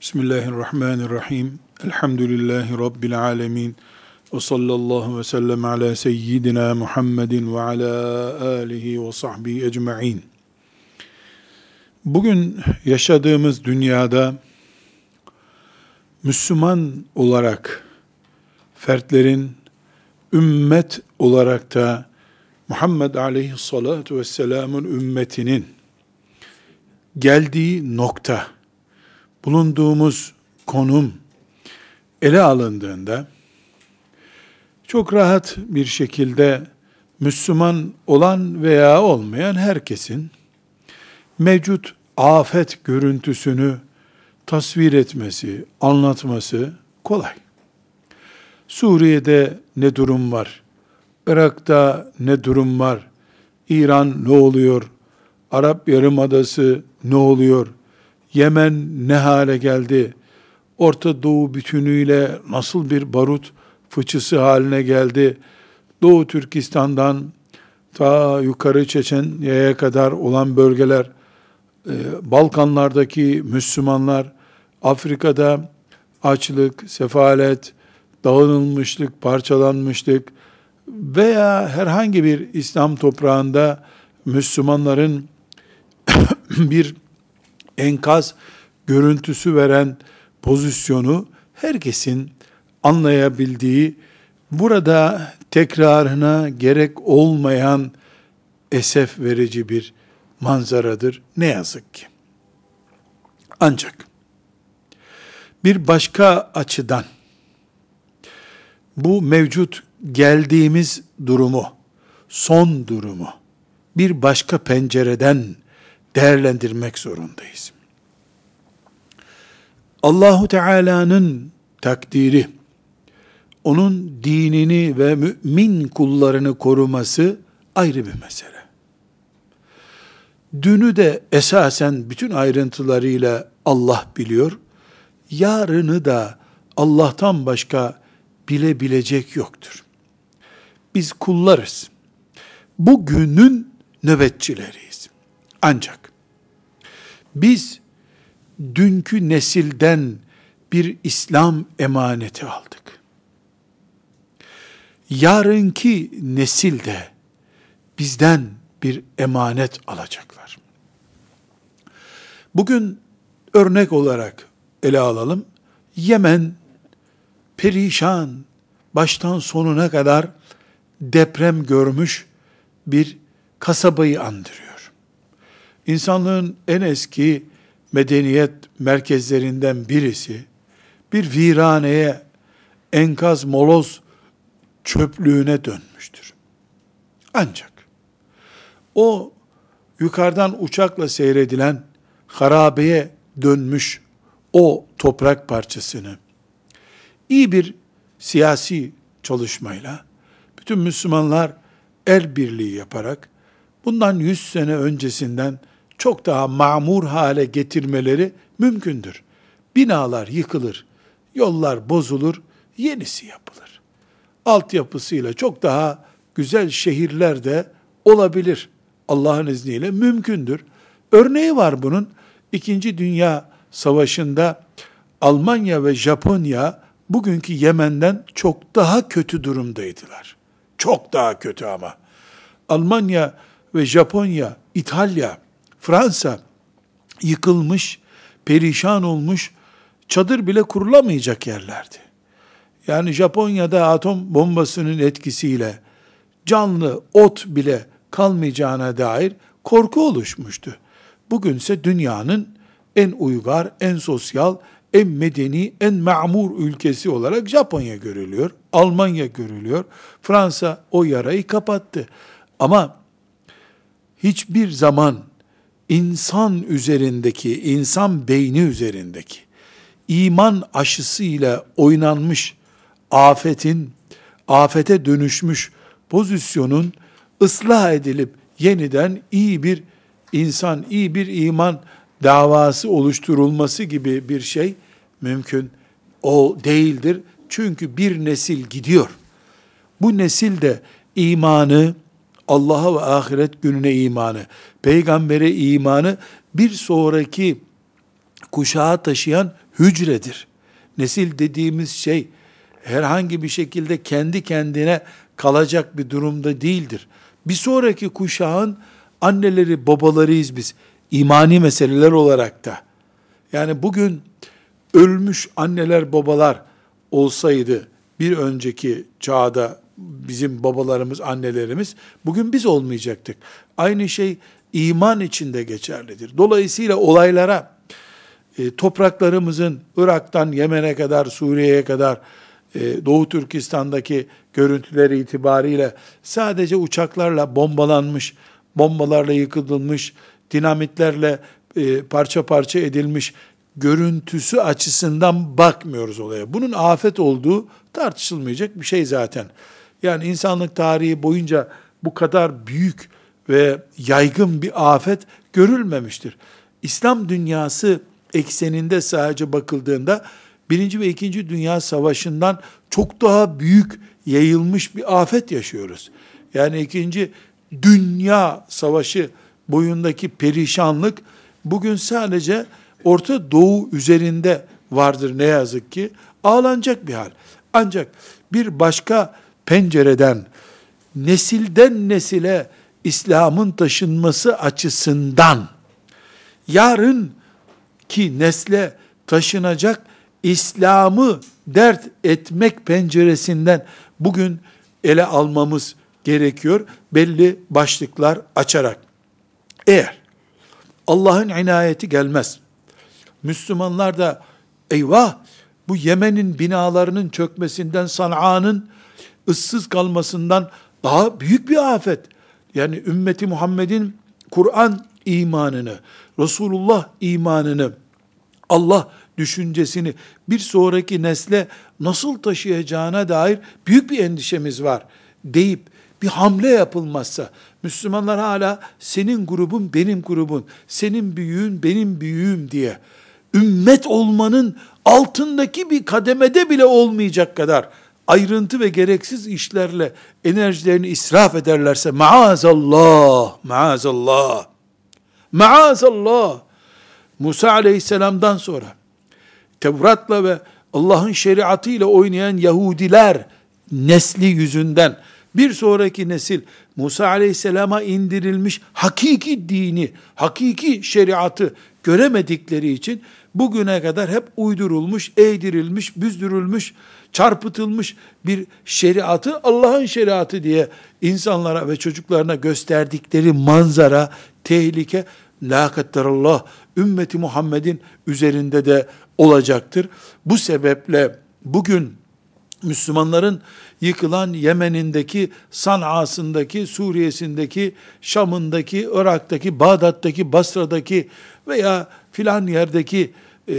Bismillahirrahmanirrahim. Elhamdülillahi Rabbil alemin. Ve sallallahu ve sellem ala seyyidina Muhammedin ve ala alihi ve sahbihi ecma'in. Bugün yaşadığımız dünyada Müslüman olarak fertlerin, ümmet olarak da Muhammed aleyhissalatu vesselam'ın ümmetinin geldiği nokta, bulunduğumuz konum ele alındığında çok rahat bir şekilde Müslüman olan veya olmayan herkesin mevcut afet görüntüsünü tasvir etmesi, anlatması kolay. Suriye'de ne durum var? Irak'ta ne durum var? İran ne oluyor? Arap Yarımadası ne oluyor? Yemen ne hale geldi? Orta Doğu bütünüyle nasıl bir barut fıçısı haline geldi? Doğu Türkistan'dan ta yukarı Çeçenya'ya kadar olan bölgeler, Balkanlardaki Müslümanlar, Afrika'da açlık, sefalet, dağılmışlık, parçalanmışlık veya herhangi bir İslam toprağında Müslümanların bir enkaz görüntüsü veren pozisyonu herkesin anlayabildiği, burada tekrarına gerek olmayan esef verici bir manzaradır ne yazık ki. Ancak bir başka açıdan bu mevcut geldiğimiz durumu, son durumu bir başka pencereden değerlendirmek zorundayız. Allahu Teala'nın takdiri, onun dinini ve mümin kullarını koruması ayrı bir mesele. Dünü de esasen bütün ayrıntılarıyla Allah biliyor, yarını da Allah'tan başka bilebilecek yoktur. Biz kullarız. Bugünün nöbetçileriyiz. Ancak biz dünkü nesilden bir İslam emaneti aldık. Yarınki nesil de bizden bir emanet alacaklar. Bugün örnek olarak ele alalım. Yemen perişan, baştan sonuna kadar deprem görmüş bir kasabayı andırıyor. İnsanlığın en eski medeniyet merkezlerinden birisi bir viraneye, enkaz moloz çöplüğüne dönmüştür. Ancak o yukarıdan uçakla seyredilen harabeye dönmüş o toprak parçasını iyi bir siyasi çalışmayla bütün Müslümanlar el birliği yaparak bundan 100 sene öncesinden çok daha mamur hale getirmeleri mümkündür. Binalar yıkılır, yollar bozulur, yenisi yapılır. Altyapısıyla çok daha güzel şehirler de olabilir. Allah'ın izniyle mümkündür. Örneği var bunun. İkinci Dünya Savaşı'nda Almanya ve Japonya bugünkü Yemen'den çok daha kötü durumdaydılar. Çok daha kötü ama. Almanya ve Japonya, İtalya, Fransa yıkılmış, perişan olmuş, çadır bile kurulamayacak yerlerdi. Yani Japonya'da atom bombasının etkisiyle canlı ot bile kalmayacağına dair korku oluşmuştu. Bugünse dünyanın en uygar, en sosyal, en medeni, en ma'mur ülkesi olarak Japonya görülüyor, Almanya görülüyor. Fransa o yarayı kapattı. Ama hiçbir zaman insan üzerindeki, insan beyni üzerindeki iman aşısıyla oynanmış afete dönüşmüş pozisyonun ıslah edilip yeniden iyi bir insan, iyi bir iman davası oluşturulması gibi bir şey mümkün o değildir. Çünkü bir nesil gidiyor. Bu nesil de imanı, Allah'a ve ahiret gününe imanı, peygambere imanı bir sonraki kuşağa taşıyan hücredir. Nesil dediğimiz şey herhangi bir şekilde kendi kendine kalacak bir durumda değildir. Bir sonraki kuşağın anneleri, babalarıyız biz. İmani meseleler olarak da. Yani bugün ölmüş anneler, babalar olsaydı bir önceki çağda bizim babalarımız, annelerimiz, bugün biz olmayacaktık. Aynı şey iman içinde geçerlidir. Dolayısıyla olaylara topraklarımızın Irak'tan Yemen'e kadar, Suriye'ye kadar, Doğu Türkistan'daki görüntüleri itibariyle sadece uçaklarla bombalanmış, bombalarla yıkılmış, dinamitlerle parça parça edilmiş görüntüsü açısından bakmıyoruz olaya. Bunun afet olduğu tartışılmayacak bir şey zaten. Yani insanlık tarihi boyunca bu kadar büyük ve yaygın bir afet görülmemiştir. İslam dünyası ekseninde sadece bakıldığında Birinci ve İkinci Dünya Savaşı'ndan çok daha büyük yayılmış bir afet yaşıyoruz. Yani İkinci Dünya Savaşı boyundaki perişanlık bugün sadece Orta Doğu üzerinde vardır ne yazık ki. Ağlanacak bir hal. Ancak bir başka pencereden nesilden nesile İslam'ın taşınması açısından yarın ki nesle taşınacak İslam'ı dert etmek penceresinden bugün ele almamız gerekiyor. Belli başlıklar açarak. Eğer Allah'ın inayeti gelmez, Müslümanlar da eyvah bu Yemen'in binalarının çökmesinden, San'a'nın ıssız kalmasından daha büyük bir afet. Yani ümmeti Muhammed'in Kur'an imanını, Resulullah imanını, Allah düşüncesini bir sonraki nesle nasıl taşıyacağına dair büyük bir endişemiz var deyip bir hamle yapılmazsa, Müslümanlar hala senin grubun benim grubun, senin büyüğün benim büyüğüm diye ümmet olmanın altındaki bir kademede bile olmayacak kadar ayrıntı ve gereksiz işlerle enerjilerini israf ederlerse maazallah, maazallah, maazallah. Musa aleyhisselamdan sonra Tevrat'la ve Allah'ın şeriatıyla oynayan Yahudiler nesli yüzünden bir sonraki nesil Musa aleyhisselama indirilmiş hakiki dini, hakiki şeriatı göremedikleri için bugüne kadar hep uydurulmuş, eğdirilmiş, büzdürülmüş, çarpıtılmış bir şeriatı Allah'ın şeriatı diye insanlara ve çocuklarına gösterdikleri manzara, tehlike, la kadderallah, ümmeti Muhammed'in üzerinde de olacaktır. Bu sebeple bugün Müslümanların yıkılan Yemen'indeki, San'a'sındaki, Suriye'sindeki, Şam'ındaki, Irak'taki, Bağdat'taki, Basra'daki veya filan yerdeki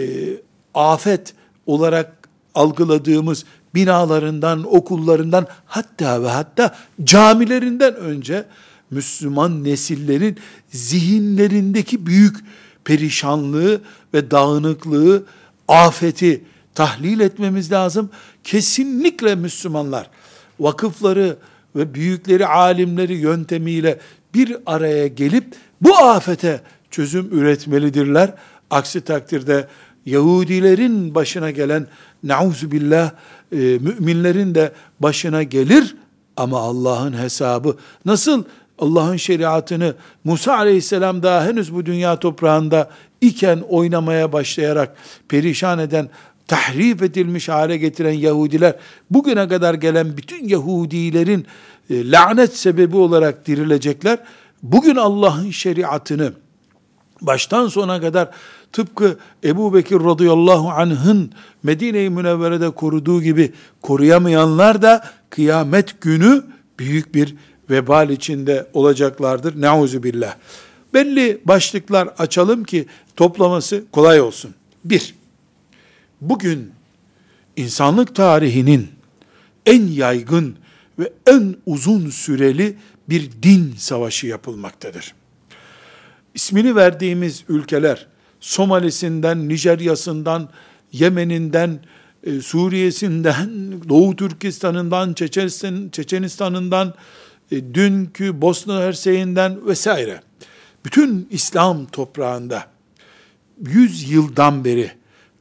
afet olarak algıladığımız binalarından, okullarından, hatta ve hatta camilerinden önce Müslüman nesillerin zihinlerindeki büyük perişanlığı ve dağınıklığı, afeti tahlil etmemiz lazım. Kesinlikle Müslümanlar vakıfları ve büyükleri, alimleri yöntemiyle bir araya gelip bu afete çözüm üretmelidirler. Aksi takdirde Yahudilerin başına gelen, nauzubillah, müminlerin de başına gelir ama Allah'ın hesabı nasıl Allah'ın şeriatını Musa aleyhisselam daha henüz bu dünya toprağında iken oynamaya başlayarak perişan eden, tahrif edilmiş hale getiren Yahudiler, bugüne kadar gelen bütün Yahudilerin lanet sebebi olarak dirilecekler. Bugün Allah'ın şeriatını baştan sona kadar tıpkı Ebu Bekir radıyallahu anh'ın Medine-i Münevvere'de koruduğu gibi koruyamayanlar da kıyamet günü büyük bir vebal içinde olacaklardır. Neuzubillah. Belli başlıklar açalım ki toplaması kolay olsun. 1. Bugün insanlık tarihinin en yaygın ve en uzun süreli bir din savaşı yapılmaktadır. İsmini verdiğimiz ülkeler, Somalisinden, Nijerya'sından, Yemen'inden, Suriye'sinden, Doğu Türkistan'ından, Çeçenistan'ından, dünkü Bosna Hersey'inden vesaire, bütün İslam toprağında 100 yıldan beri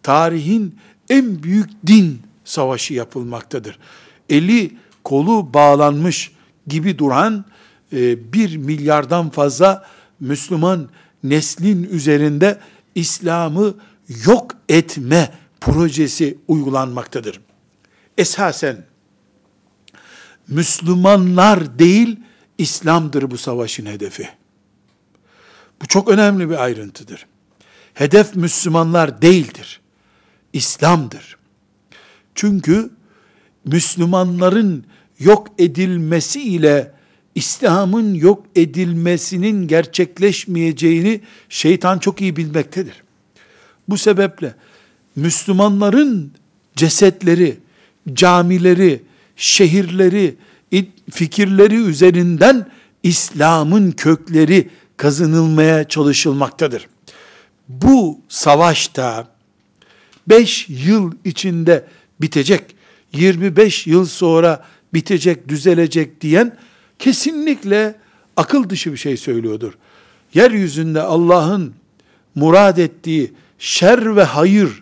tarihin en büyük din savaşı yapılmaktadır. Eli kolu bağlanmış gibi duran 1 milyardan fazla Müslüman neslin üzerinde İslam'ı yok etme projesi uygulanmaktadır. Esasen Müslümanlar değil, İslam'dır bu savaşın hedefi. Bu çok önemli bir ayrıntıdır. Hedef Müslümanlar değildir. İslam'dır. Çünkü Müslümanların yok edilmesi ile İslam'ın yok edilmesinin gerçekleşmeyeceğini şeytan çok iyi bilmektedir. Bu sebeple Müslümanların cesetleri, camileri, şehirleri, fikirleri üzerinden İslam'ın kökleri kazanılmaya çalışılmaktadır. Bu savaşta 5 yıl içinde bitecek, 25 yıl sonra bitecek, düzelecek diyen kesinlikle akıl dışı bir şey söylüyordur. Yeryüzünde Allah'ın murad ettiği şer ve hayır,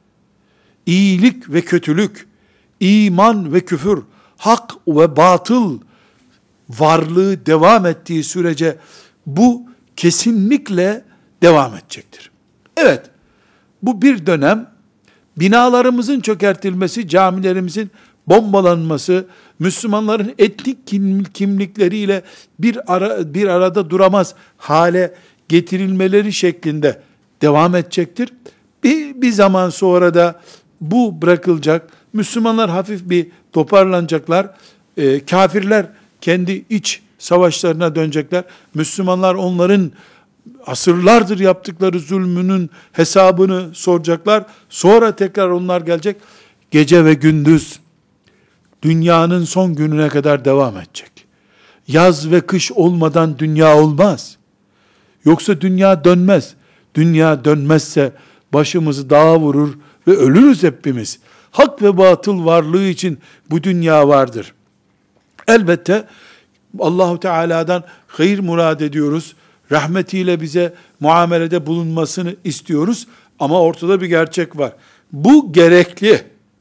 iyilik ve kötülük, iman ve küfür, hak ve batıl varlığı devam ettiği sürece bu kesinlikle devam edecektir. Evet, bu bir dönem binalarımızın çökertilmesi, camilerimizin bombalanması, Müslümanların etnik kimlikleriyle bir arada duramaz hale getirilmeleri şeklinde devam edecektir. Bir zaman sonra da bu bırakılacak. Müslümanlar hafif bir toparlanacaklar. Kafirler kendi iç savaşlarına dönecekler. Müslümanlar onların asırlardır yaptıkları zulmünün hesabını soracaklar. Sonra tekrar onlar gelecek. Gece ve gündüz dünyanın son gününe kadar devam edecek. Yaz ve kış olmadan dünya olmaz. Yoksa dünya dönmez. Dünya dönmezse başımızı dağa vurur ve ölürüz hepimiz. Hak ve batıl varlığı için bu dünya vardır. Elbette Allahu Teala'dan hayır murad ediyoruz. Rahmetiyle bize muamelede bulunmasını istiyoruz. Ama ortada bir gerçek var. Bu gerekli.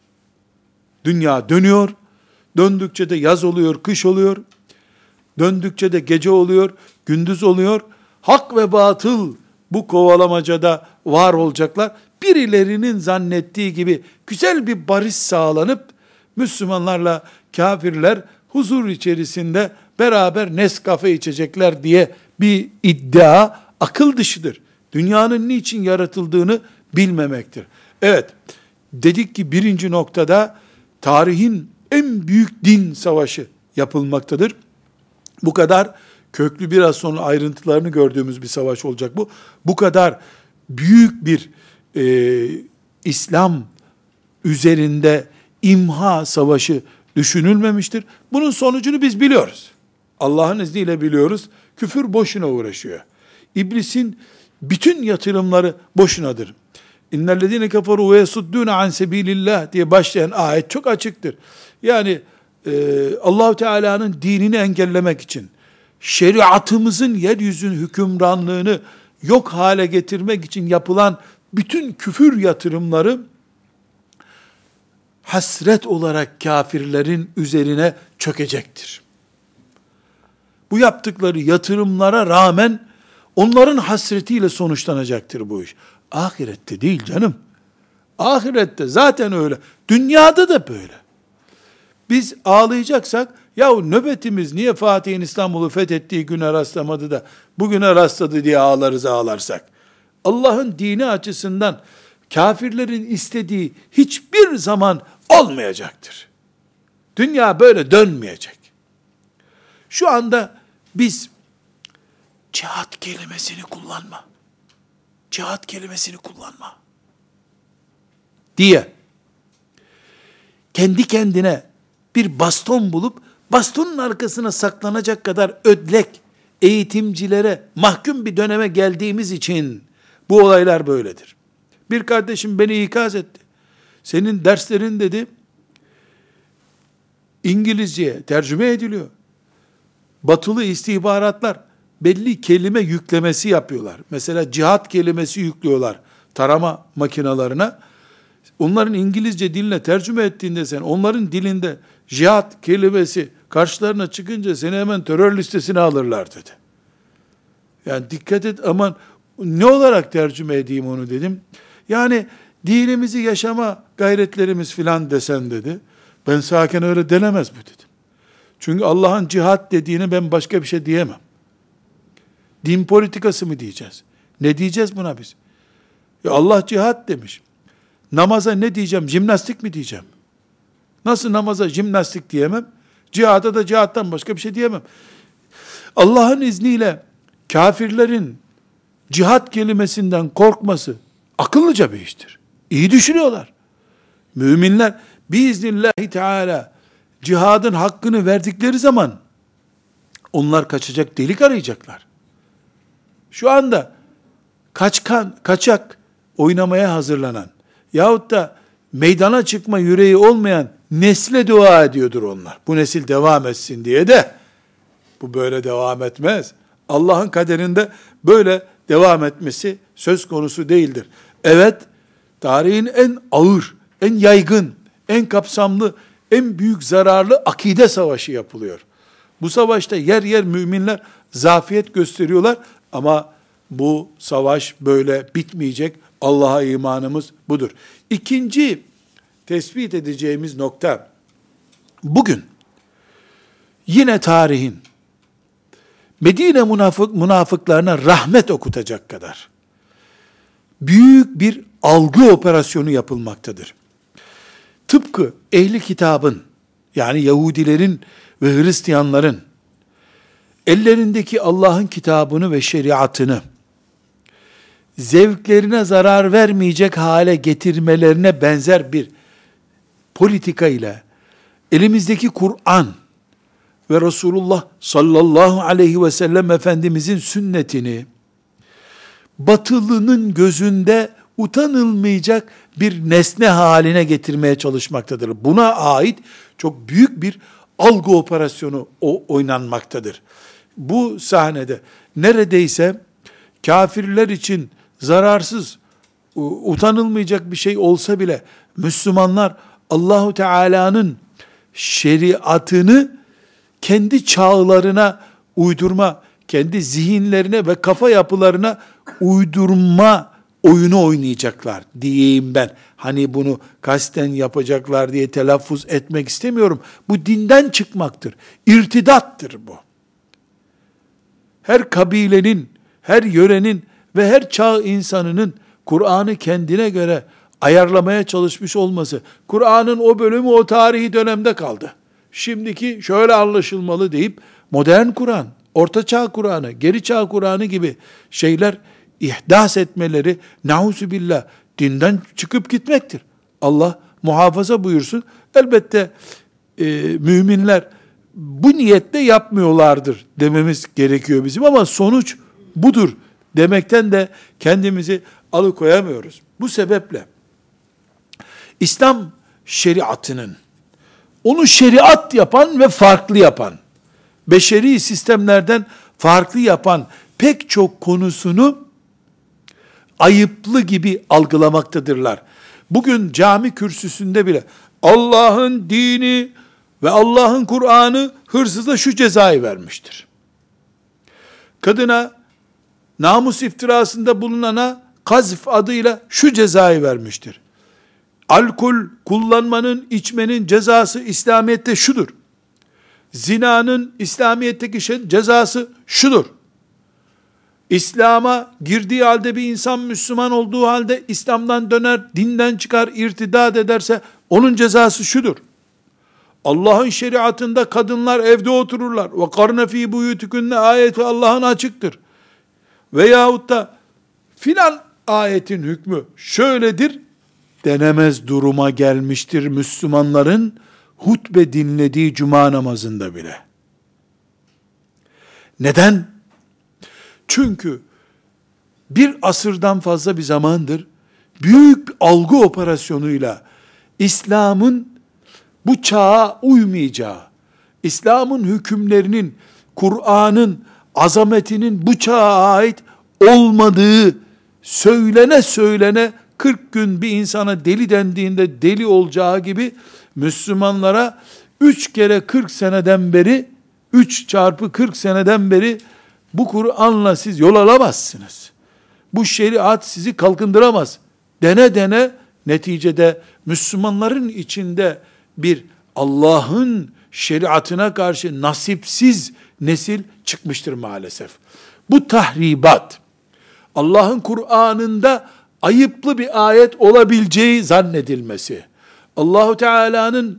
Dünya dönüyor. Döndükçe de yaz oluyor, kış oluyor. Döndükçe de gece oluyor, gündüz oluyor. Hak ve batıl bu kovalamacada var olacaklar. Birilerinin zannettiği gibi güzel bir barış sağlanıp Müslümanlarla kafirler huzur içerisinde beraber Nescafe içecekler diye bir iddia akıl dışıdır. Dünyanın niçin yaratıldığını bilmemektir. Evet, dedik ki birinci noktada tarihin en büyük din savaşı yapılmaktadır. Bu kadar köklü, biraz sonra ayrıntılarını gördüğümüz bir savaş olacak bu. Bu kadar büyük bir İslam üzerinde imha savaşı düşünülmemiştir. Bunun sonucunu biz biliyoruz. Allah'ın izniyle biliyoruz. Küfür boşuna uğraşıyor. İblisin bütün yatırımları boşunadır. İnnellezine keferu ve yesuddûne an sebilillah diye başlayan ayet çok açıktır. Yani Allah-u Teala'nın dinini engellemek için, şeriatımızın yeryüzünün hükümranlığını yok hale getirmek için yapılan bütün küfür yatırımları hasret olarak kafirlerin üzerine çökecektir. Bu yaptıkları yatırımlara rağmen onların hasretiyle sonuçlanacaktır bu iş. Ahirette değil canım. Ahirette zaten öyle. Dünyada da böyle. Biz ağlayacaksak, yahu nöbetimiz niye Fatih'in İstanbul'u fethettiği güne rastlamadı da bugüne rastladı diye ağlarsak. Allah'ın dini açısından kafirlerin istediği hiçbir zaman olmayacaktır. Dünya böyle dönmeyecek. Şu anda biz cihat kelimesini kullanma diye kendi kendine bir baston bulup bastonun arkasına saklanacak kadar ödlek eğitimcilere mahkum bir döneme geldiğimiz için bu olaylar böyledir. Bir kardeşim beni ikaz etti. Senin derslerin dedi İngilizceye tercüme ediliyor. Batılı istihbaratlar belli kelime yüklemesi yapıyorlar. Mesela cihat kelimesi yüklüyorlar tarama makinalarına. onların İngilizce diline tercüme ettiğinde sen onların dilinde cihat kelimesi karşılarına çıkınca seni hemen terör listesine alırlar dedi. Yani dikkat et, aman ne olarak tercüme edeyim onu dedim. Yani dinimizi yaşama gayretlerimiz filan desen dedi. Ben sakin öyle denemez bu dedim. Çünkü Allah'ın cihat dediğini ben başka bir şey diyemem. Din politikası mı diyeceğiz? Ne diyeceğiz buna biz? Ya Allah cihat demiş. Namaza ne diyeceğim? Jimnastik mi diyeceğim? Nasıl namaza jimnastik diyemem? Cihada da cihattan başka bir şey diyemem. Allah'ın izniyle kafirlerin cihat kelimesinden korkması akıllıca bir iştir. İyi düşünüyorlar. Müminler biiznillahü teala cihadın hakkını verdikleri zaman onlar kaçacak delik arayacaklar. Şu anda kaçak oynamaya hazırlanan yahut da meydana çıkma yüreği olmayan nesle dua ediyordur onlar. Bu nesil devam etsin diye de bu böyle devam etmez. Allah'ın kaderinde böyle devam etmesi söz konusu değildir. Evet, tarihin en ağır, en yaygın, en kapsamlı, en büyük zararlı akide savaşı yapılıyor. Bu savaşta yer yer müminler zafiyet gösteriyorlar ama bu savaş böyle bitmeyecek. Allah'a imanımız budur. İkinci tespit edeceğimiz nokta, bugün yine tarihin Medine münafıklarına rahmet okutacak kadar büyük bir algı operasyonu yapılmaktadır. Tıpkı ehli kitabın, yani Yahudilerin ve Hristiyanların ellerindeki Allah'ın kitabını ve şeriatını zevklerine zarar vermeyecek hale getirmelerine benzer bir politika ile elimizdeki Kur'an ve Resulullah sallallahu aleyhi ve sellem Efendimizin sünnetini batılının gözünde utanılmayacak bir nesne haline getirmeye çalışmaktadır. Buna ait çok büyük bir algı operasyonu oynanmaktadır. Bu sahnede neredeyse kafirler için zararsız, utanılmayacak bir şey olsa bile Müslümanlar Allahu Teala'nın şeriatını kendi çağlarına uydurma, kendi zihinlerine ve kafa yapılarına uydurma oyunu oynayacaklar diyeyim ben. Hani bunu kasten yapacaklar diye telaffuz etmek istemiyorum. Bu dinden çıkmaktır. İrtidattır bu. Her kabilenin, her yörenin ve her çağ insanının Kur'an'ı kendine göre ayarlamaya çalışmış olması, Kur'an'ın o bölümü o tarihi dönemde kaldı. Şimdiki şöyle anlaşılmalı deyip modern Kur'an, Orta Çağ Kur'an'ı, Geri Çağ Kur'an'ı gibi şeyler ihdas etmeleri nauzubillah dinden çıkıp gitmektir. Allah muhafaza buyursun. Elbette müminler bu niyetle yapmıyorlardır dememiz gerekiyor bizim ama sonuç budur demekten de kendimizi alıkoyamıyoruz. Bu sebeple İslam şeriatının onu şeriat yapan ve farklı yapan, beşeri sistemlerden farklı yapan pek çok konusunu ayıplı gibi algılamaktadırlar. Bugün cami kürsüsünde bile Allah'ın dini ve Allah'ın Kur'an'ı hırsıza şu cezayı vermiştir. Kadına namus iftirasında bulunana kazf adıyla şu cezayı vermiştir. Alkol kullanmanın, içmenin cezası İslamiyet'te şudur. Zinanın İslamiyet'teki cezası şudur. İslam'a girdiği halde bir insan Müslüman olduğu halde İslam'dan döner, dinden çıkar, irtidat ederse onun cezası şudur. Allah'ın şeriatında kadınlar evde otururlar. Ve karne fî buyutikunne ayeti Allah'ın açıktır. Veyahut da filan ayetin hükmü şöyledir denemez duruma gelmiştir Müslümanların hutbe dinlediği cuma namazında bile. Neden? Çünkü bir asırdan fazla bir zamandır büyük bir algı operasyonuyla İslam'ın bu çağa uymayacağı, İslam'ın hükümlerinin, Kur'an'ın azametinin bu çağa ait olmadığı söylene 40 gün bir insana deli dendiğinde deli olacağı gibi Müslümanlara 3 kere 40 seneden beri 3 çarpı 40 seneden beri bu Kur'an'la siz yol alamazsınız. Bu şeriat sizi kalkındıramaz. Dene dene neticede Müslümanların içinde bir Allah'ın şeriatına karşı nasipsiz nesil çıkmıştır maalesef. Bu tahribat, Allah'ın Kur'an'ında ayıplı bir ayet olabileceği zannedilmesi, Allahu Teala'nın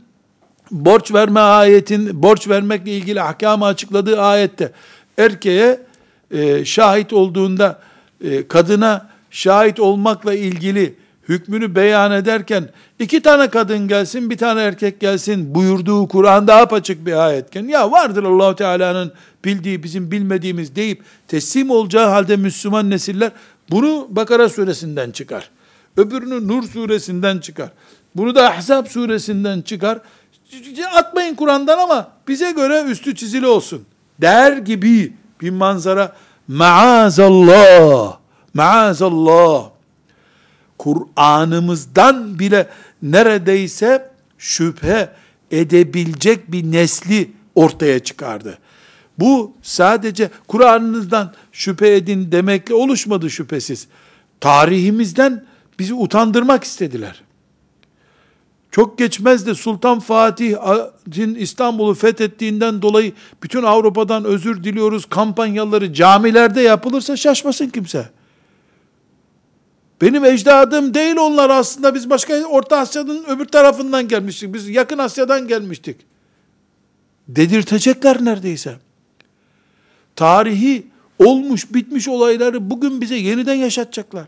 borç vermekle ilgili ahkamı açıkladığı ayette erkeğe şahit olduğunda kadına şahit olmakla ilgili hükmünü beyan ederken 2 tane kadın gelsin, 1 tane erkek gelsin buyurduğu Kur'an'da apaçık bir ayetken, ya vardır Allahu Teala'nın bildiği bizim bilmediğimiz deyip teslim olacağı halde Müslüman nesiller bunu Bakara suresinden çıkar. Öbürünü Nur suresinden çıkar. Bunu da Ahzab suresinden çıkar. Atmayın Kur'an'dan ama bize göre üstü çizili olsun der gibi bir manzara. Maazallah, maazallah. Kur'an'ımızdan bile neredeyse şüphe edebilecek bir nesli ortaya çıkardı. Bu sadece Kur'an'ınızdan şüphe edin demekle oluşmadı şüphesiz. Tarihimizden bizi utandırmak istediler. Çok geçmez de Sultan Fatih'in İstanbul'u fethettiğinden dolayı bütün Avrupa'dan özür diliyoruz kampanyaları camilerde yapılırsa şaşmasın kimse. Benim ecdadım değil onlar aslında, biz başka Orta Asya'nın öbür tarafından gelmiştik. Biz yakın Asya'dan gelmiştik. Dedirtecekler neredeyse. Tarihi olmuş bitmiş olayları bugün bize yeniden yaşatacaklar.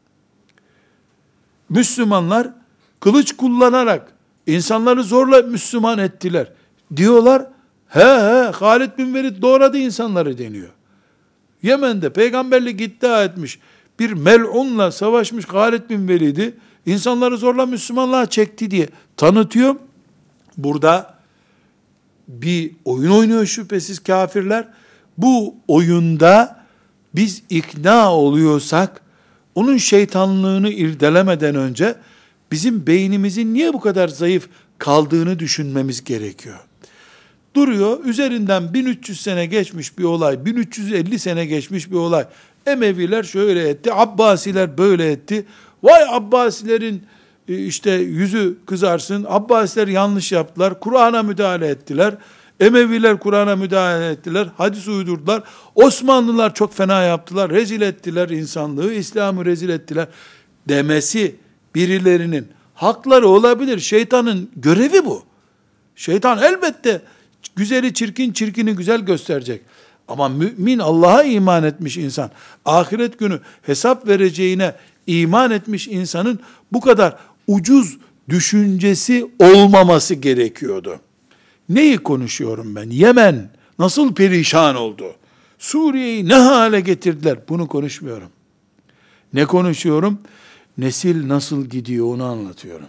Müslümanlar kılıç kullanarak insanları zorla Müslüman ettiler. Diyorlar, Halid bin Velid doğradı insanları deniyor. Yemen'de peygamberlik iddia etmiş bir mel'unla savaşmış Halid bin Velid'i insanları zorla Müslümanlığa çekti diye tanıtıyor. Burada bir oyun oynuyor şüphesiz kafirler. Bu oyunda biz ikna oluyorsak onun şeytanlığını irdelemeden önce bizim beynimizin niye bu kadar zayıf kaldığını düşünmemiz gerekiyor. Duruyor, üzerinden 1300 sene geçmiş bir olay, 1350 sene geçmiş bir olay. Emeviler şöyle etti, Abbasiler böyle etti. Vay Abbasilerin işte yüzü kızarsın, Abbasiler yanlış yaptılar, Kur'an'a müdahale ettiler. Emeviler Kur'an'a müdahale ettiler, hadis uydurdular. Osmanlılar çok fena yaptılar, rezil ettiler insanlığı, İslam'ı rezil ettiler demesi birilerinin hakları olabilir. Şeytanın görevi bu. Şeytan elbette güzeli çirkin, çirkini güzel gösterecek. Ama mümin, Allah'a iman etmiş insan, ahiret günü hesap vereceğine iman etmiş insanın bu kadar ucuz düşüncesi olmaması gerekiyordu. Neyi konuşuyorum ben? Yemen nasıl perişan oldu? Suriye'yi ne hale getirdiler? Bunu konuşmuyorum. Ne konuşuyorum? Nesil nasıl gidiyor onu anlatıyorum.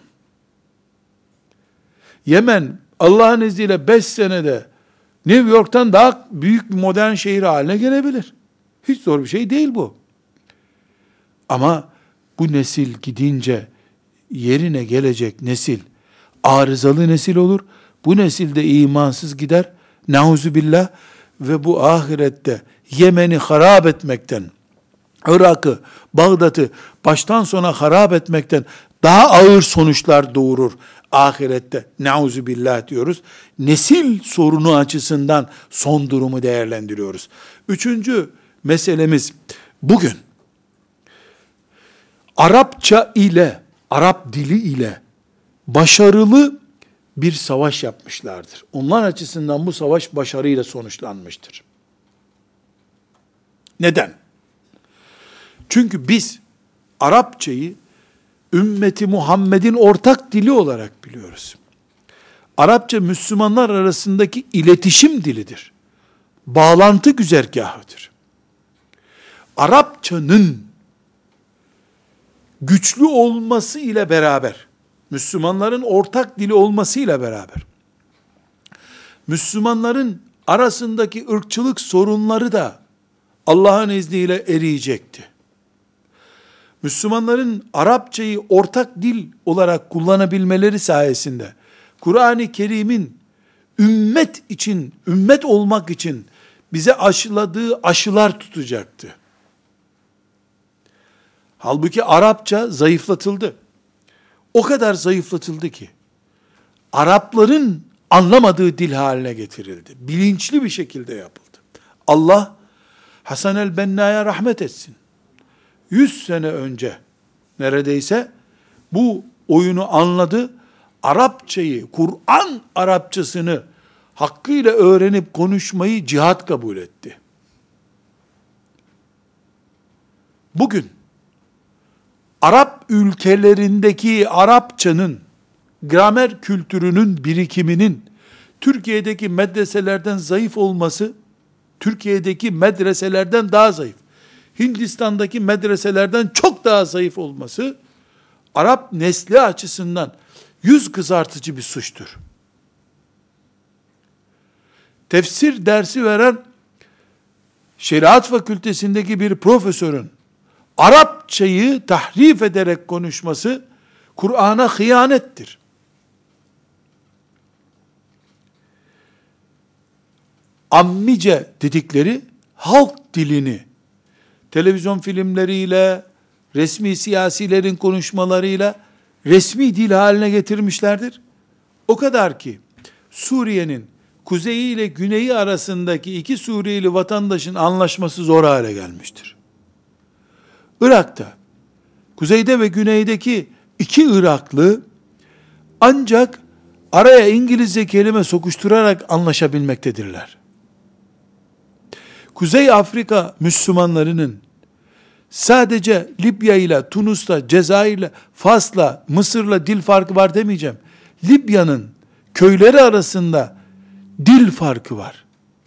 Yemen Allah'ın izniyle 5 senede New York'tan daha büyük bir modern şehir haline gelebilir. Hiç zor bir şey değil bu. Ama bu nesil gidince yerine gelecek nesil arızalı nesil olur. Bu nesil de imansız gider. Nauzubillah, ve bu ahirette Yemen'i harap etmekten, Irak'ı, Bağdat'ı baştan sona harap etmekten daha ağır sonuçlar doğurur ahirette. Nauzubillah diyoruz. Nesil sorunu açısından son durumu değerlendiriyoruz. 3. meselemiz bugün Arapça ile, Arap dili ile başarılı bir savaş yapmışlardır. Onlar açısından bu savaş başarıyla sonuçlanmıştır. Neden? Çünkü biz Arapçayı ümmeti Muhammed'in ortak dili olarak biliyoruz. Arapça Müslümanlar arasındaki iletişim dilidir. Bağlantı güzergahıdır. Arapçanın güçlü olması ile beraber, Müslümanların ortak dili olması ile beraber, Müslümanların arasındaki ırkçılık sorunları da Allah'ın izniyle eriyecekti. Müslümanların Arapçayı ortak dil olarak kullanabilmeleri sayesinde Kur'an-ı Kerim'in ümmet için, ümmet olmak için bize aşıladığı aşılar tutacaktı. Halbuki Arapça zayıflatıldı. O kadar zayıflatıldı ki Arapların anlamadığı dil haline getirildi. Bilinçli bir şekilde yapıldı. Allah Hasan el-Benna'ya rahmet etsin. 100 sene önce neredeyse bu oyunu anladı. Arapçayı, Kur'an Arapçasını hakkıyla öğrenip konuşmayı cihat kabul etti. Bugün Arap ülkelerindeki Arapçanın, gramer kültürünün birikiminin Türkiye'deki medreselerden zayıf olması, Türkiye'deki medreselerden daha zayıf, Hindistan'daki medreselerden çok daha zayıf olması, Arap nesli açısından yüz kızartıcı bir suçtur. Tefsir dersi veren şeriat fakültesindeki bir profesörün Arapçayı tahrif ederek konuşması Kur'an'a hıyanettir. Ammice dedikleri halk dilini televizyon filmleriyle, resmi siyasilerin konuşmalarıyla resmi dil haline getirmişlerdir. O kadar ki Suriye'nin kuzeyi ile güneyi arasındaki iki Suriyeli vatandaşın anlaşması zor hale gelmiştir. Irak'ta, kuzeyde ve güneydeki iki Iraklı ancak araya İngilizce kelime sokuşturarak anlaşabilmektedirler. Kuzey Afrika Müslümanlarının sadece Libya ile, Tunus'la, Cezayir'le, Fas'la, Mısır'la dil farkı var demeyeceğim. Libya'nın köyleri arasında dil farkı var.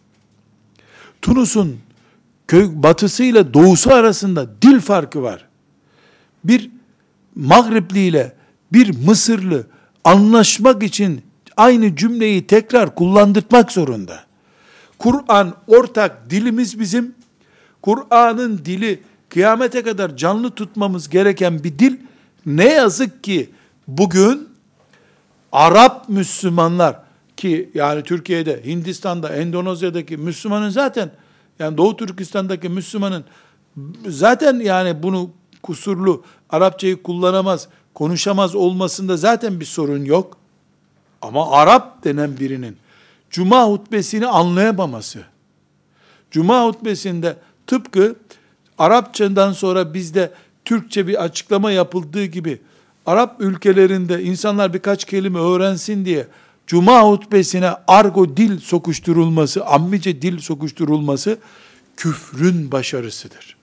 Tunus'un batısı ile doğusu arasında dil farkı var. Bir Mağripli ile bir Mısırlı anlaşmak için aynı cümleyi tekrar kullandırmak zorunda. Kur'an ortak dilimiz bizim. Kur'an'ın dili kıyamete kadar canlı tutmamız gereken bir dil. Ne yazık ki bugün Arap Müslümanlar ki yani Türkiye'de, Hindistan'da, Endonezya'daki Müslümanın zaten yani Doğu Türkistan'daki Müslümanın zaten yani bunu kusurlu Arapçayı kullanamaz, konuşamaz olmasında zaten bir sorun yok. Ama Arap denen birinin Cuma hutbesini anlayamaması, Cuma hutbesinde tıpkı Arapçadan sonra bizde Türkçe bir açıklama yapıldığı gibi Arap ülkelerinde insanlar birkaç kelime öğrensin diye Cuma hutbesine argo dil sokuşturulması, ammice dil sokuşturulması küfrün başarısıdır.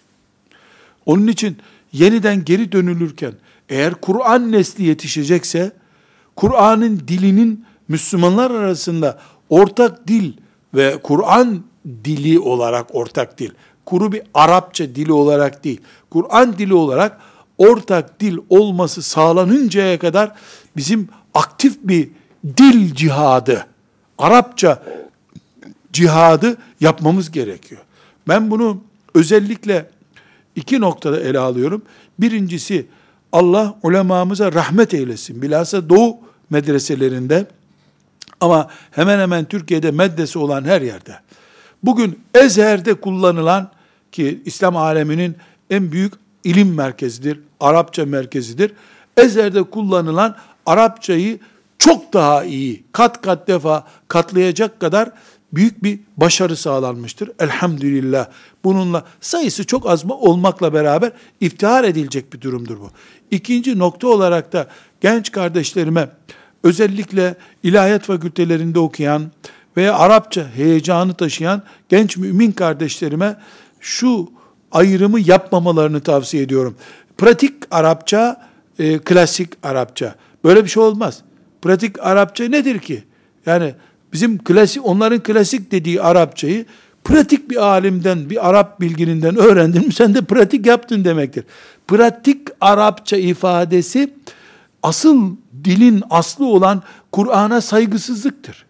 Onun için yeniden geri dönülürken eğer Kur'an nesli yetişecekse Kur'an'ın dilinin Müslümanlar arasında ortak dil ve Kur'an dili olarak ortak dil, kuru bir Arapça dili olarak değil, Kur'an dili olarak ortak dil olması sağlanıncaya kadar bizim aktif bir dil cihadı, Arapça cihadı yapmamız gerekiyor. Ben bunu özellikle iki noktada ele alıyorum. Birincisi, Allah ulemamıza rahmet eylesin. Bilhassa Doğu medreselerinde ama hemen hemen Türkiye'de medrese olan her yerde. Bugün Ezher'de kullanılan ki İslam aleminin en büyük ilim merkezidir, Arapça merkezidir. Ezher'de kullanılan Arapçayı çok daha iyi, kat kat defa katlayacak kadar büyük bir başarı sağlanmıştır. Elhamdülillah. Bununla sayısı çok az olmakla beraber iftihar edilecek bir durumdur bu. İkinci nokta olarak da genç kardeşlerime, özellikle ilahiyat fakültelerinde okuyan veya Arapça heyecanı taşıyan genç mümin kardeşlerime şu ayrımı yapmamalarını tavsiye ediyorum. Pratik Arapça, klasik Arapça. Böyle bir şey olmaz. Pratik Arapça nedir ki? Yani bizim klasik, onların klasik dediği Arapçayı pratik bir alimden, bir Arap bilgininden öğrendin mi sen de pratik yaptın demektir. Pratik Arapça ifadesi asıl dilin aslı olan Kur'an'a saygısızlıktır.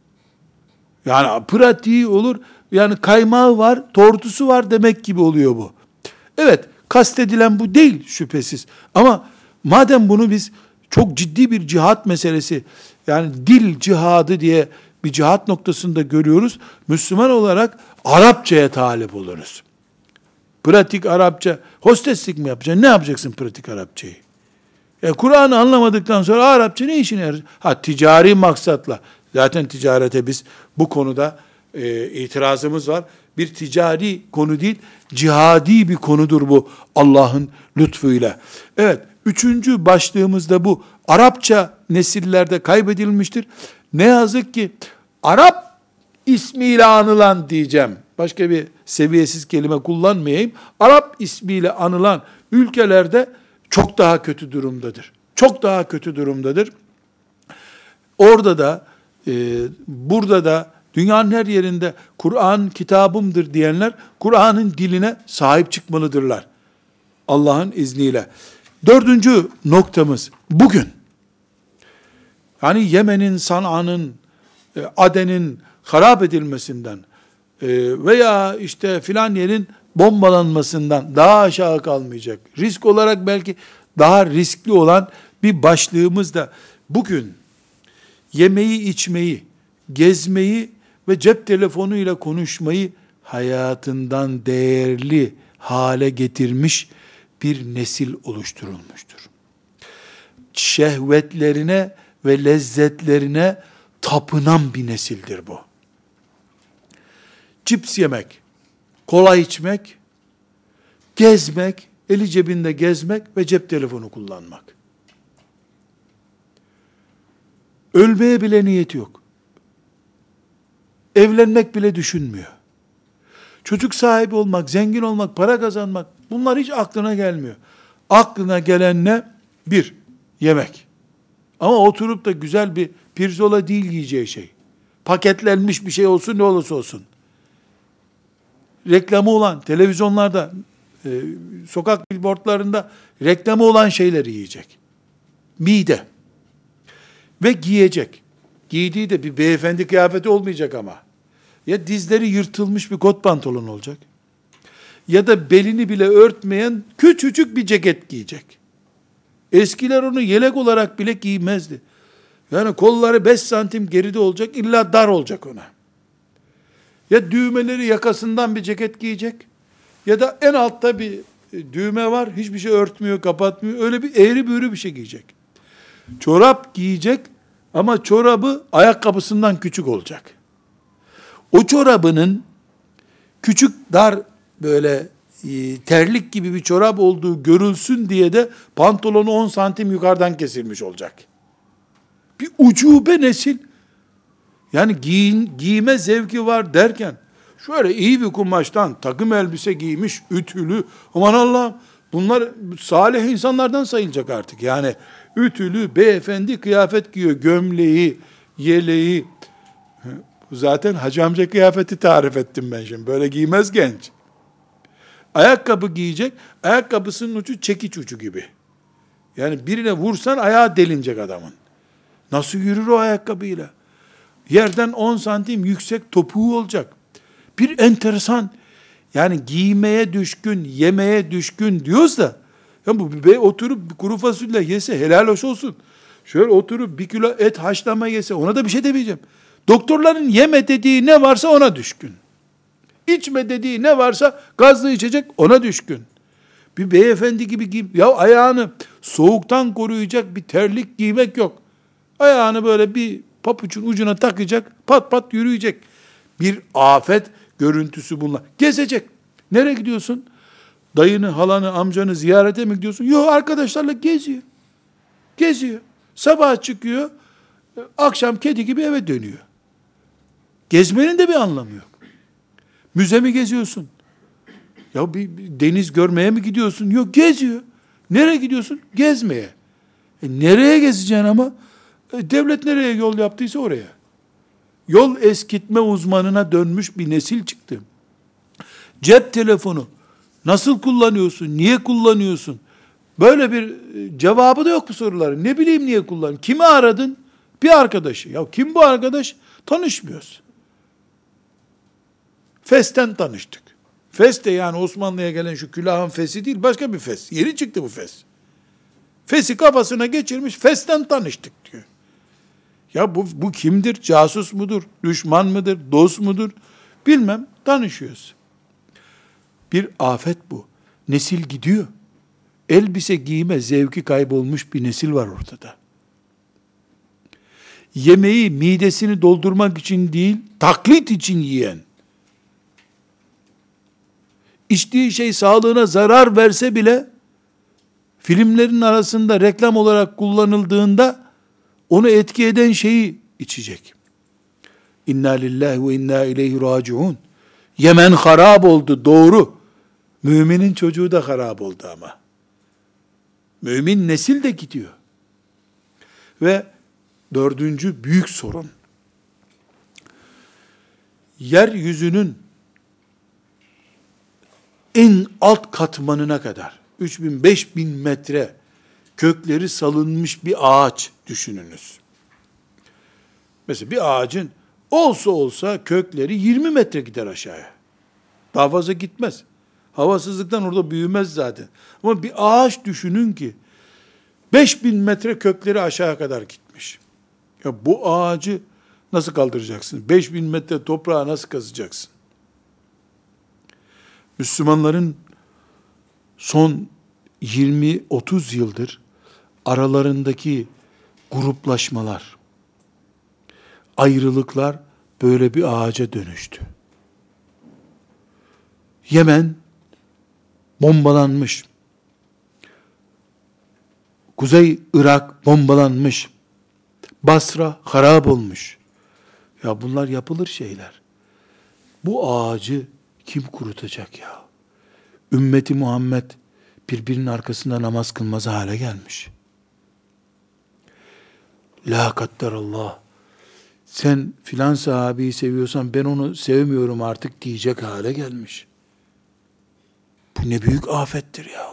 Yani pratiği olur, yani kaymağı var, tortusu var demek gibi oluyor bu. Evet, Kastedilen bu değil şüphesiz. Ama madem bunu biz çok ciddi bir cihat meselesi, yani dil cihadı diye bir cihat noktasında görüyoruz, Müslüman olarak Arapçaya talip oluruz. Pratik Arapça, hosteslik mi yapacaksın? Ne yapacaksın pratik Arapçayı? Kur'an'ı anlamadıktan sonra Arapça ne işine yarar? Ticari maksatla. Zaten ticarete biz bu konuda itirazımız var. Bir ticari konu değil, cihadi bir konudur bu Allah'ın lütfuyla. Evet, üçüncü başlığımızda bu. Arapça nesillerde kaybedilmiştir. Ne yazık ki Arap ismiyle anılan diyeceğim. Başka bir seviyesiz kelime kullanmayayım. Arap ismiyle anılan ülkelerde çok daha kötü durumdadır. Çok daha kötü durumdadır. Orada da, burada da, dünyanın her yerinde Kur'an kitabımdır diyenler, Kur'an'ın diline sahip çıkmalıdırlar. Allah'ın izniyle. Dördüncü noktamız, bugün, yani Yemen'in, San'a'nın, Aden'in harap edilmesinden veya işte filan yerin bombalanmasından daha aşağı kalmayacak. Risk olarak belki daha riskli olan bir başlığımız da bugün yemeği, içmeyi, gezmeyi ve cep telefonuyla konuşmayı hayatından değerli hale getirmiş bir nesil oluşturulmuştur. Şehvetlerine ve lezzetlerine tapınan bir nesildir bu. Cips yemek, kola içmek, gezmek, eli cebinde gezmek ve cep telefonu kullanmak. Ölmeye bile niyeti yok. Evlenmek bile düşünmüyor. Çocuk sahibi olmak, zengin olmak, para kazanmak, bunlar hiç aklına gelmiyor. Aklına gelen ne? Bir, yemek. Ama oturup da güzel bir pirzola değil yiyeceği şey. Paketlenmiş bir şey olsun, ne olursa olsun. Reklamı olan, televizyonlarda, sokak billboardlarında reklamı olan şeyleri yiyecek. Mide. Ve giyecek. Giydiği de bir beyefendi kıyafeti olmayacak ama. Ya dizleri yırtılmış bir kot pantolon olacak. Ya da belini bile örtmeyen küçücük bir ceket giyecek. Eskiler onu yelek olarak bile giymezdi. Yani kolları 5 santim geride olacak, illa dar olacak ona. Ya düğmeleri yakasından bir ceket giyecek, ya da en altta bir düğme var, hiçbir şey örtmüyor, kapatmıyor, öyle bir eğri büğrü bir şey giyecek. Çorap giyecek ama çorabı ayakkabısından küçük olacak. O çorabının küçük, dar, böyle terlik gibi bir çorap olduğu görülsün diye de pantolonu 10 santim yukarıdan kesilmiş olacak. Bir ucube nesil. Yani giyime zevki var derken, şöyle iyi bir kumaştan takım elbise giymiş, ütülü, aman Allah'ım, bunlar salih insanlardan sayılacak artık. Yani ütülü, beyefendi kıyafet giyiyor, gömleği, yeleği. Zaten hacı amca kıyafeti tarif ettim ben şimdi. Böyle giymez genç. Ayakkabı giyecek, ayakkabısının ucu çekiç ucu gibi. Yani birine vursan ayağı delinecek adamın. Nasıl yürür o ayakkabıyla? Yerden 10 santim yüksek topuğu olacak. Bir enteresan, yani giymeye düşkün, yemeye düşkün diyoruz da, ya bu oturup bir kuru fasulye yese helal hoş olsun. Şöyle oturup 1 kilo et haşlama yese ona da bir şey demeyeceğim. Doktorların yeme dediği ne varsa ona düşkün. İçme dediği ne varsa gazlı içecek ona düşkün. Bir beyefendi gibi giyim. Ya ayağını soğuktan koruyacak bir terlik giymek yok. Ayağını böyle bir papuçun ucuna takacak, pat pat yürüyecek. Bir afet görüntüsü bunlar. Gezecek. Nereye gidiyorsun? Dayını, halanı, amcanı ziyarete mi gidiyorsun? Yok, arkadaşlarla geziyor. Geziyor. Sabah çıkıyor, akşam kedi gibi eve dönüyor. Gezmenin de bir anlamı yok. Müze mi geziyorsun? Ya bir deniz görmeye mi gidiyorsun? Yok, geziyor. Nereye gidiyorsun? Gezmeye. Nereye gezeceksin ama? Devlet nereye yol yaptıysa oraya. Yol eskitme uzmanına dönmüş bir nesil çıktı. Cep telefonu nasıl kullanıyorsun? Niye kullanıyorsun? Böyle bir cevabı da yok bu soruların. Ne bileyim niye kullan? Kimi aradın? Bir arkadaşı. Ya kim bu arkadaş? Tanışmıyoruz. Fes'ten tanıştık. Fes de yani Osmanlı'ya gelen şu külahın fesi değil, başka bir fes. Yeni çıktı bu fes. Fesi kafasına geçirmiş, festen tanıştık diyor. Ya bu kimdir? Casus mudur? Düşman mıdır? Dost mudur? Bilmem, tanışıyoruz. Bir afet bu. Nesil gidiyor. Elbise giyme zevki kaybolmuş bir nesil var ortada. Yemeği midesini doldurmak için değil, taklit için yiyen, içtiği şey sağlığına zarar verse bile, filmlerin arasında reklam olarak kullanıldığında, onu etki eden şeyi içecek. İnna lillahi ve inna ileyhi raciun. Yemen harap oldu, doğru. Müminin çocuğu da harap oldu ama. Mümin nesil de gidiyor. Ve dördüncü büyük sorun, yeryüzünün en alt katmanına kadar, 3000-5000 metre kökleri salınmış bir ağaç düşününüz. Mesela bir ağacın olsa kökleri 20 metre gider aşağıya. Daha fazla gitmez. Havasızlıktan orada büyümez zaten. Ama bir ağaç düşünün ki 5000 metre kökleri aşağıya kadar gitmiş. Ya bu ağacı nasıl kaldıracaksın? 5000 metre toprağı nasıl kazacaksın? Müslümanların son 20-30 yıldır aralarındaki gruplaşmalar, ayrılıklar böyle bir ağaca dönüştü. Yemen bombalanmış. Kuzey Irak bombalanmış. Basra harap olmuş. Ya bunlar yapılır şeyler. Bu ağacı kim kurutacak ya? Ümmeti Muhammed birbirinin arkasında namaz kılmaz hale gelmiş. La kadderallah. Sen filan sahabeyi seviyorsan ben onu sevmiyorum artık diyecek hale gelmiş. Bu ne büyük afettir ya.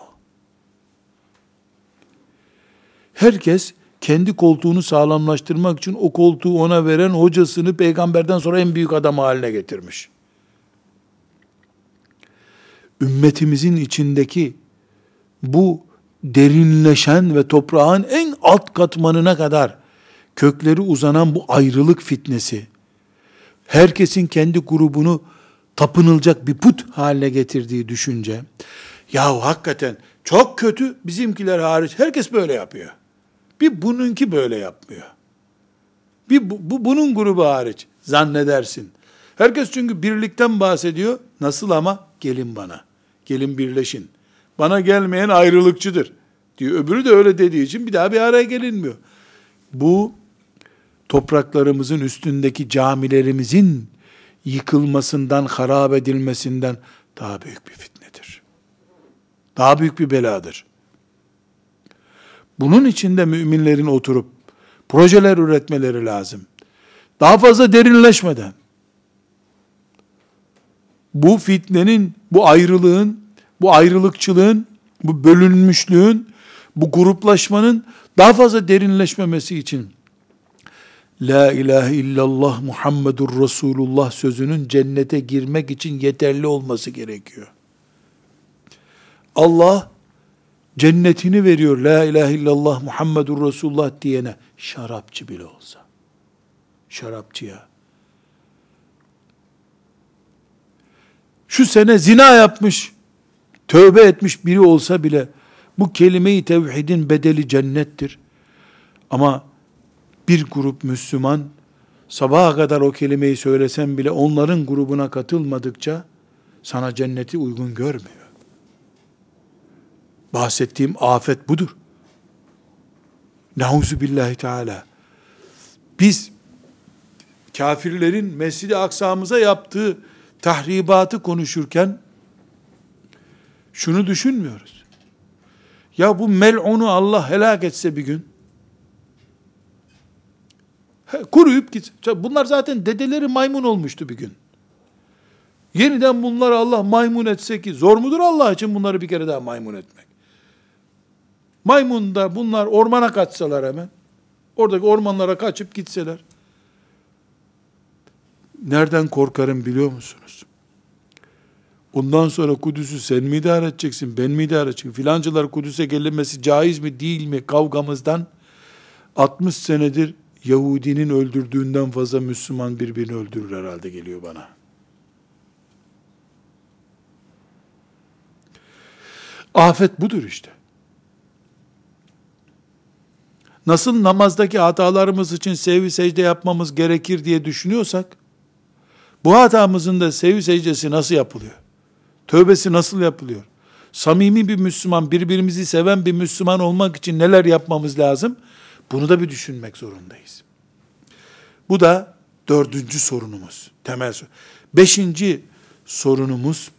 Herkes kendi koltuğunu sağlamlaştırmak için o koltuğu ona veren hocasını peygamberden sonra en büyük adam haline getirmiş. Ümmetimizin içindeki bu derinleşen ve toprağın en alt katmanına kadar kökleri uzanan bu ayrılık fitnesi, herkesin kendi grubunu tapınılacak bir put haline getirdiği düşünce, yahu hakikaten çok kötü, bizimkiler hariç herkes böyle yapıyor. Bir bununki böyle yapmıyor. Bir bunun grubu hariç zannedersin. Herkes çünkü birlikten bahsediyor. Nasıl ama? Gelin bana. Gelin birleşin. Bana gelmeyen ayrılıkçıdır diyor. Öbürü de öyle dediği için bir daha bir araya gelinmiyor. Bu topraklarımızın üstündeki camilerimizin yıkılmasından, harap edilmesinden daha büyük bir fitnedir. Daha büyük bir beladır. Bunun için de müminlerin oturup projeler üretmeleri lazım. Daha fazla derinleşmeden, bu fitnenin, bu ayrılığın, bu ayrılıkçılığın, bu bölünmüşlüğün, bu gruplaşmanın daha fazla derinleşmemesi için La ilahe illallah Muhammedur Resulullah sözünün cennete girmek için yeterli olması gerekiyor. Allah cennetini veriyor La ilahe illallah Muhammedur Resulullah diyene, şarapçı bile olsa. Şarapçıya. Şu sene zina yapmış, tövbe etmiş biri olsa bile bu kelime-i tevhidin bedeli cennettir. Ama bir grup Müslüman sabaha kadar o kelimeyi söylesen bile onların grubuna katılmadıkça sana cenneti uygun görmüyor. Bahsettiğim afet budur. Nauzubillahi Teala. Biz kafirlerin Mescid-i Aksa'mıza yaptığı tahribatı konuşurken şunu düşünmüyoruz. Ya bu mel'unu Allah helak etse bir gün, kuruyup gitsin. Bunlar zaten dedeleri maymun olmuştu bir gün. Yeniden bunları Allah maymun etse ki, zor mudur Allah için bunları bir kere daha maymun etmek? Maymun da bunlar ormana kaçsalar hemen, oradaki ormanlara kaçıp gitseler, nereden korkarım biliyor musunuz? Ondan sonra Kudüs'ü sen mi idare edeceksin, ben mi idare edeceğim? Filancılar Kudüs'e gelinmesi caiz mi değil mi kavgamızdan 60 senedir Yahudinin öldürdüğünden fazla Müslüman birbirini öldürür herhalde geliyor bana. Afet budur işte. Nasıl namazdaki hatalarımız için sevgi secde yapmamız gerekir diye düşünüyorsak, bu hatamızın da sevgi secdesi nasıl yapılıyor? Tövbesi nasıl yapılıyor? Samimi bir Müslüman, birbirimizi seven bir Müslüman olmak için neler yapmamız lazım? Bunu da bir düşünmek zorundayız. Bu da 4. sorunumuz, temel sorun. 5. sorunumuz,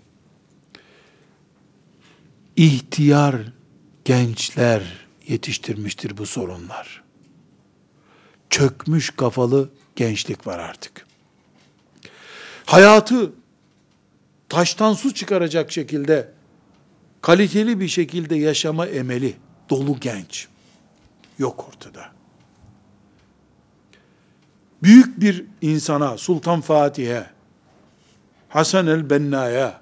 ihtiyar gençler yetiştirmiştir bu sorunlar. Çökmüş kafalı gençlik var artık. Hayatı taştan su çıkaracak şekilde, kaliteli bir şekilde yaşama emeli dolu genç yok ortada. Büyük bir insana, Sultan Fatih'e, Hasan el-Benna'ya,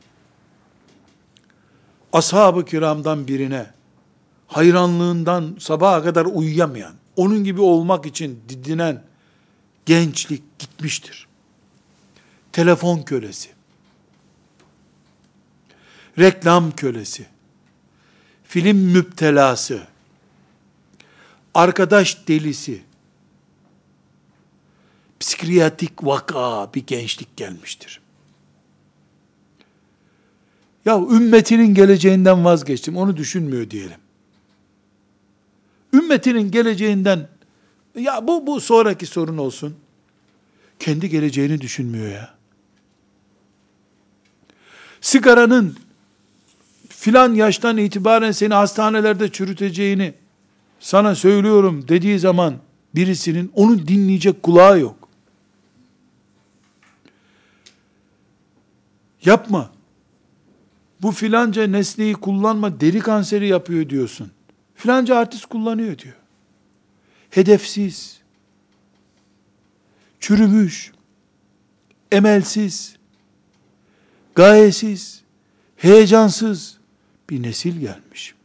ashab-ı kiramdan birine, hayranlığından sabaha kadar uyuyamayan, onun gibi olmak için didinen gençlik gitmiştir. Telefon kölesi, reklam kölesi, film müptelası, arkadaş delisi, psikiyatrik vaka bir gençlik gelmiştir. Ya ümmetinin geleceğinden vazgeçtim, onu düşünmüyor diyelim. Ümmetinin geleceğinden, ya bu sonraki sorun olsun. Kendi geleceğini düşünmüyor ya. Sigaranın filan yaştan itibaren seni hastanelerde çürüteceğini sana söylüyorum dediği zaman birisinin onu dinleyecek kulağı yok. Yapma. Bu filanca nesneyi kullanma, deri kanseri yapıyor diyorsun. Filanca artist kullanıyor diyor. Hedefsiz, çürümüş, emelsiz, gayesiz, heyecansız bir nesil gelmiş.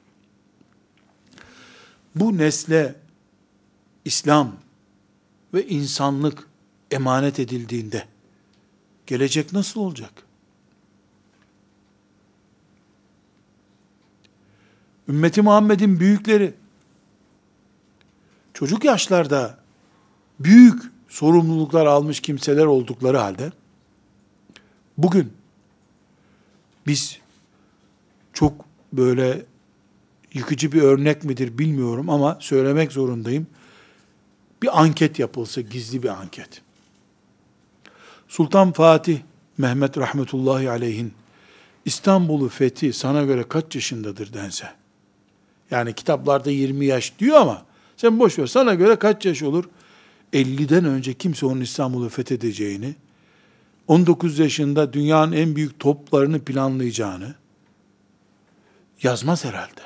Bu nesle İslam ve insanlık emanet edildiğinde gelecek nasıl olacak? Ümmeti Muhammed'in büyükleri çocuk yaşlarda büyük sorumluluklar almış kimseler oldukları halde bugün biz çok böyle yıkıcı bir örnek midir bilmiyorum ama söylemek zorundayım. Bir anket yapılsa, gizli bir anket. Sultan Fatih Mehmet rahmetullahi aleyhin İstanbul'u fethi sana göre kaç yaşındadır dense. Yani kitaplarda 20 yaş diyor ama sen boş ver, sana göre kaç yaş olur? 50'den önce kimse onun İstanbul'u fethedeceğini, 19 yaşında dünyanın en büyük toplarını planlayacağını yazmaz herhalde.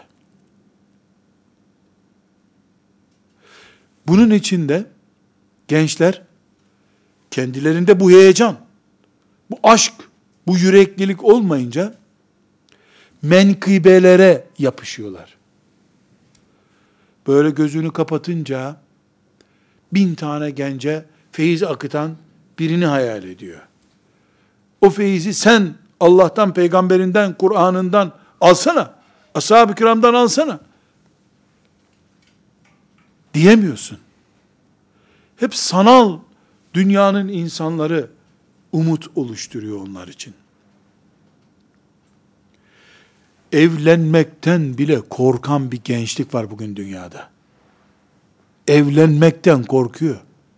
Bunun içinde gençler kendilerinde bu heyecan, bu aşk, bu yüreklilik olmayınca menkıbelere yapışıyorlar. Böyle gözünü kapatınca 1000 tane gence feyiz akıtan birini hayal ediyor. O feyizi sen Allah'tan, peygamberinden, Kur'an'ından alsana. Ashab-ı kiramdan alsana. Diyemiyorsun. Hep sanal dünyanın insanları umut oluşturuyor onlar için. Evlenmekten bile korkan bir gençlik var bugün dünyada. Evlenmekten korkuyor.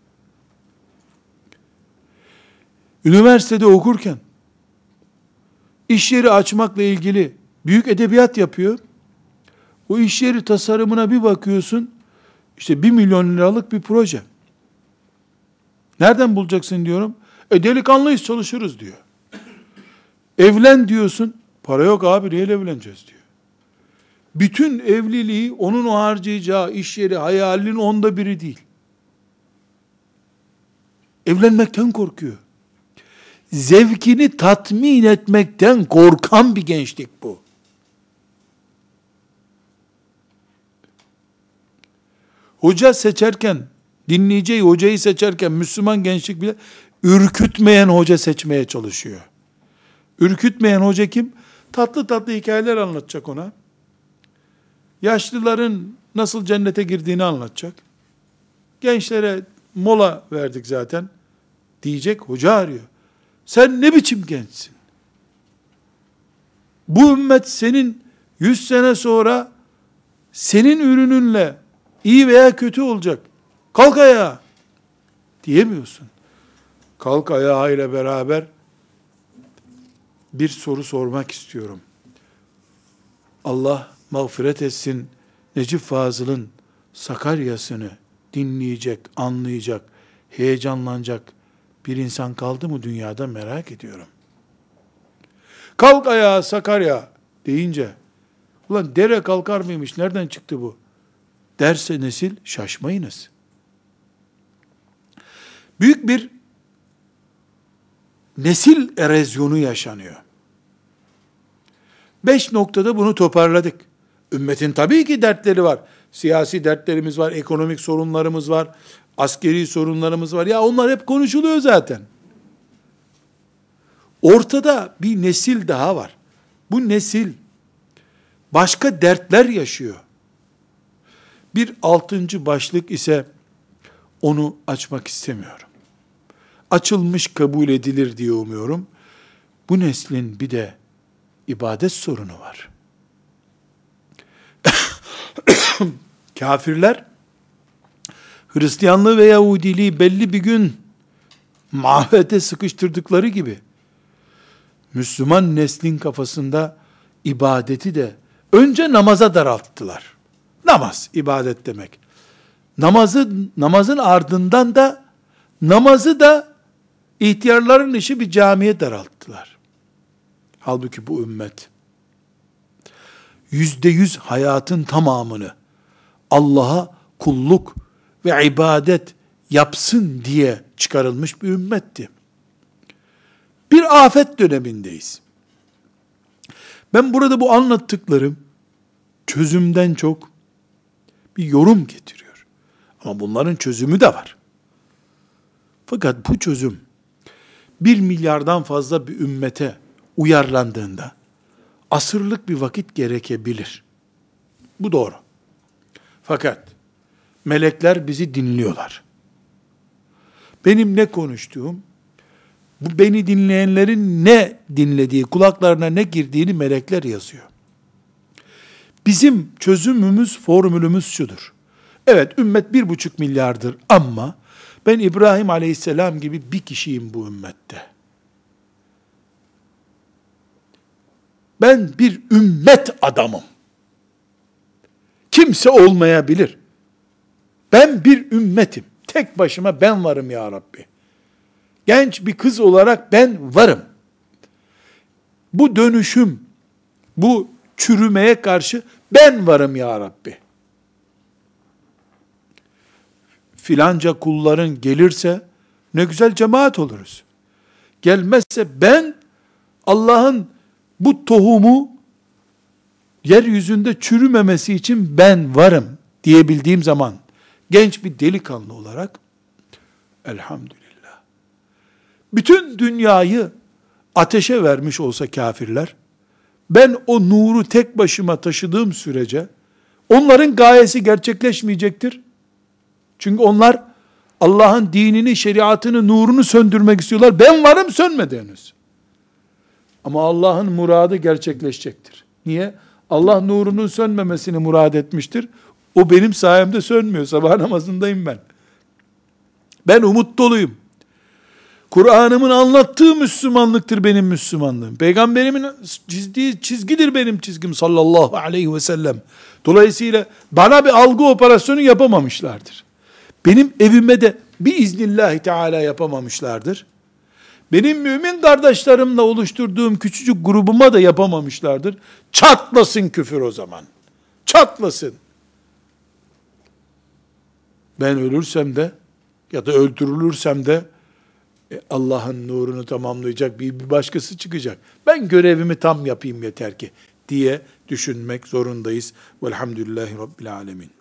Üniversitede okurken iş yeri açmakla ilgili büyük edebiyat yapıyor. O iş yeri tasarımına bir bakıyorsun, işte 1 milyon liralık bir proje. Nereden bulacaksın diyorum. Delikanlıyız, çalışırız diyor. Evlen diyorsun. Para yok abi, neyle evleneceğiz diyor. Bütün evliliği onun o harcayacağı iş yeri hayalinin 1/10 değil. Evlenmekten korkuyor. zevkini tatmin etmekten korkan bir gençlik bu. Hoca seçerken, dinleyeceği hocayı seçerken Müslüman gençlik bile ürkütmeyen hoca seçmeye çalışıyor. Ürkütmeyen hoca kim? Tatlı tatlı hikayeler anlatacak ona. Yaşlıların nasıl cennete girdiğini anlatacak. Gençlere mola verdik zaten diyecek, hoca arıyor. Sen ne biçim gençsin? Bu ümmet senin 100 sene sonra senin ürününle iyi veya kötü olacak. Kalk ayağa diyemiyorsun. Kalk ayağa ile beraber bir soru sormak istiyorum. Allah mağfiret etsin, Necip Fazıl'ın Sakarya'sını dinleyecek, anlayacak, heyecanlanacak bir insan kaldı mı dünyada, merak ediyorum. Kalk ayağa Sakarya deyince, ulan dere kalkar mıymış, nereden çıktı bu derse nesil, şaşmayınız. Büyük bir nesil erozyonu yaşanıyor. 5 noktada bunu toparladık. Ümmetin tabii ki dertleri var. Siyasi dertlerimiz var, ekonomik sorunlarımız var, askeri sorunlarımız var. Ya onlar hep konuşuluyor zaten. Ortada bir nesil daha var. Bu nesil başka dertler yaşıyor. Bir 6. başlık ise onu açmak istemiyorum. Açılmış kabul edilir diye umuyorum. Bu neslin bir de ibadet sorunu var. Kafirler Hristiyanlığı ve Yahudiliği belli bir gün mahvete sıkıştırdıkları gibi Müslüman neslin kafasında ibadeti de önce namaza daralttılar. Namaz, ibadet demek. Namazın ardından da namazı da ihtiyarların işi bir camiye daralttılar. Halbuki bu ümmet %100 hayatın tamamını Allah'a kulluk ve ibadet yapsın diye çıkarılmış bir ümmetti. Bir afet dönemindeyiz. Ben burada bu anlattıklarım çözümden çok bir yorum getiriyor. Ama bunların çözümü de var. Fakat bu çözüm 1 milyardan fazla bir ümmete uyarlandığında asırlık bir vakit gerekebilir. Bu doğru. Fakat melekler bizi dinliyorlar. Benim ne konuştuğum, bu beni dinleyenlerin ne dinlediği, kulaklarına ne girdiğini melekler yazıyor. Bizim çözümümüz, formülümüz şudur. Evet, ümmet 1,5 milyardır ama ben İbrahim Aleyhisselam gibi bir kişiyim bu ümmette. Ben bir ümmet adamım. Kimse olmayabilir. Ben bir ümmetim. Tek başıma ben varım ya Rabbi. Genç bir kız olarak ben varım. Bu dönüşüm, bu çürümeye karşı ben varım ya Rabbi. Filanca kulların gelirse ne güzel cemaat oluruz. Gelmezse ben Allah'ın bu tohumu yeryüzünde çürümemesi için ben varım diyebildiğim zaman genç bir delikanlı olarak elhamdülillah. Bütün dünyayı ateşe vermiş olsa kafirler, ben o nuru tek başıma taşıdığım sürece onların gayesi gerçekleşmeyecektir. Çünkü onlar Allah'ın dinini, şeriatını, nurunu söndürmek istiyorlar. Ben varım, sönmedi henüz. Ama Allah'ın muradı gerçekleşecektir. Niye? Allah nurunun sönmemesini murad etmiştir. O benim sayemde sönmüyor. Sabah namazındayım ben. Ben umut doluyum. Kur'an'ımın anlattığı Müslümanlıktır benim Müslümanlığım. Peygamberimin çizdiği çizgidir benim çizgim sallallahu aleyhi ve sellem. Dolayısıyla bana bir algı operasyonu yapamamışlardır. Benim evime de biiznillahü teala yapamamışlardır. Benim mümin kardeşlerimle oluşturduğum küçücük grubuma da yapamamışlardır. Çatlasın küfür o zaman. Çatlasın. Ben ölürsem de ya da öldürülürsem de Allah'ın nurunu tamamlayacak bir başkası çıkacak. Ben görevimi tam yapayım yeter ki diye düşünmek zorundayız. Velhamdülillahi Rabbil Alemin.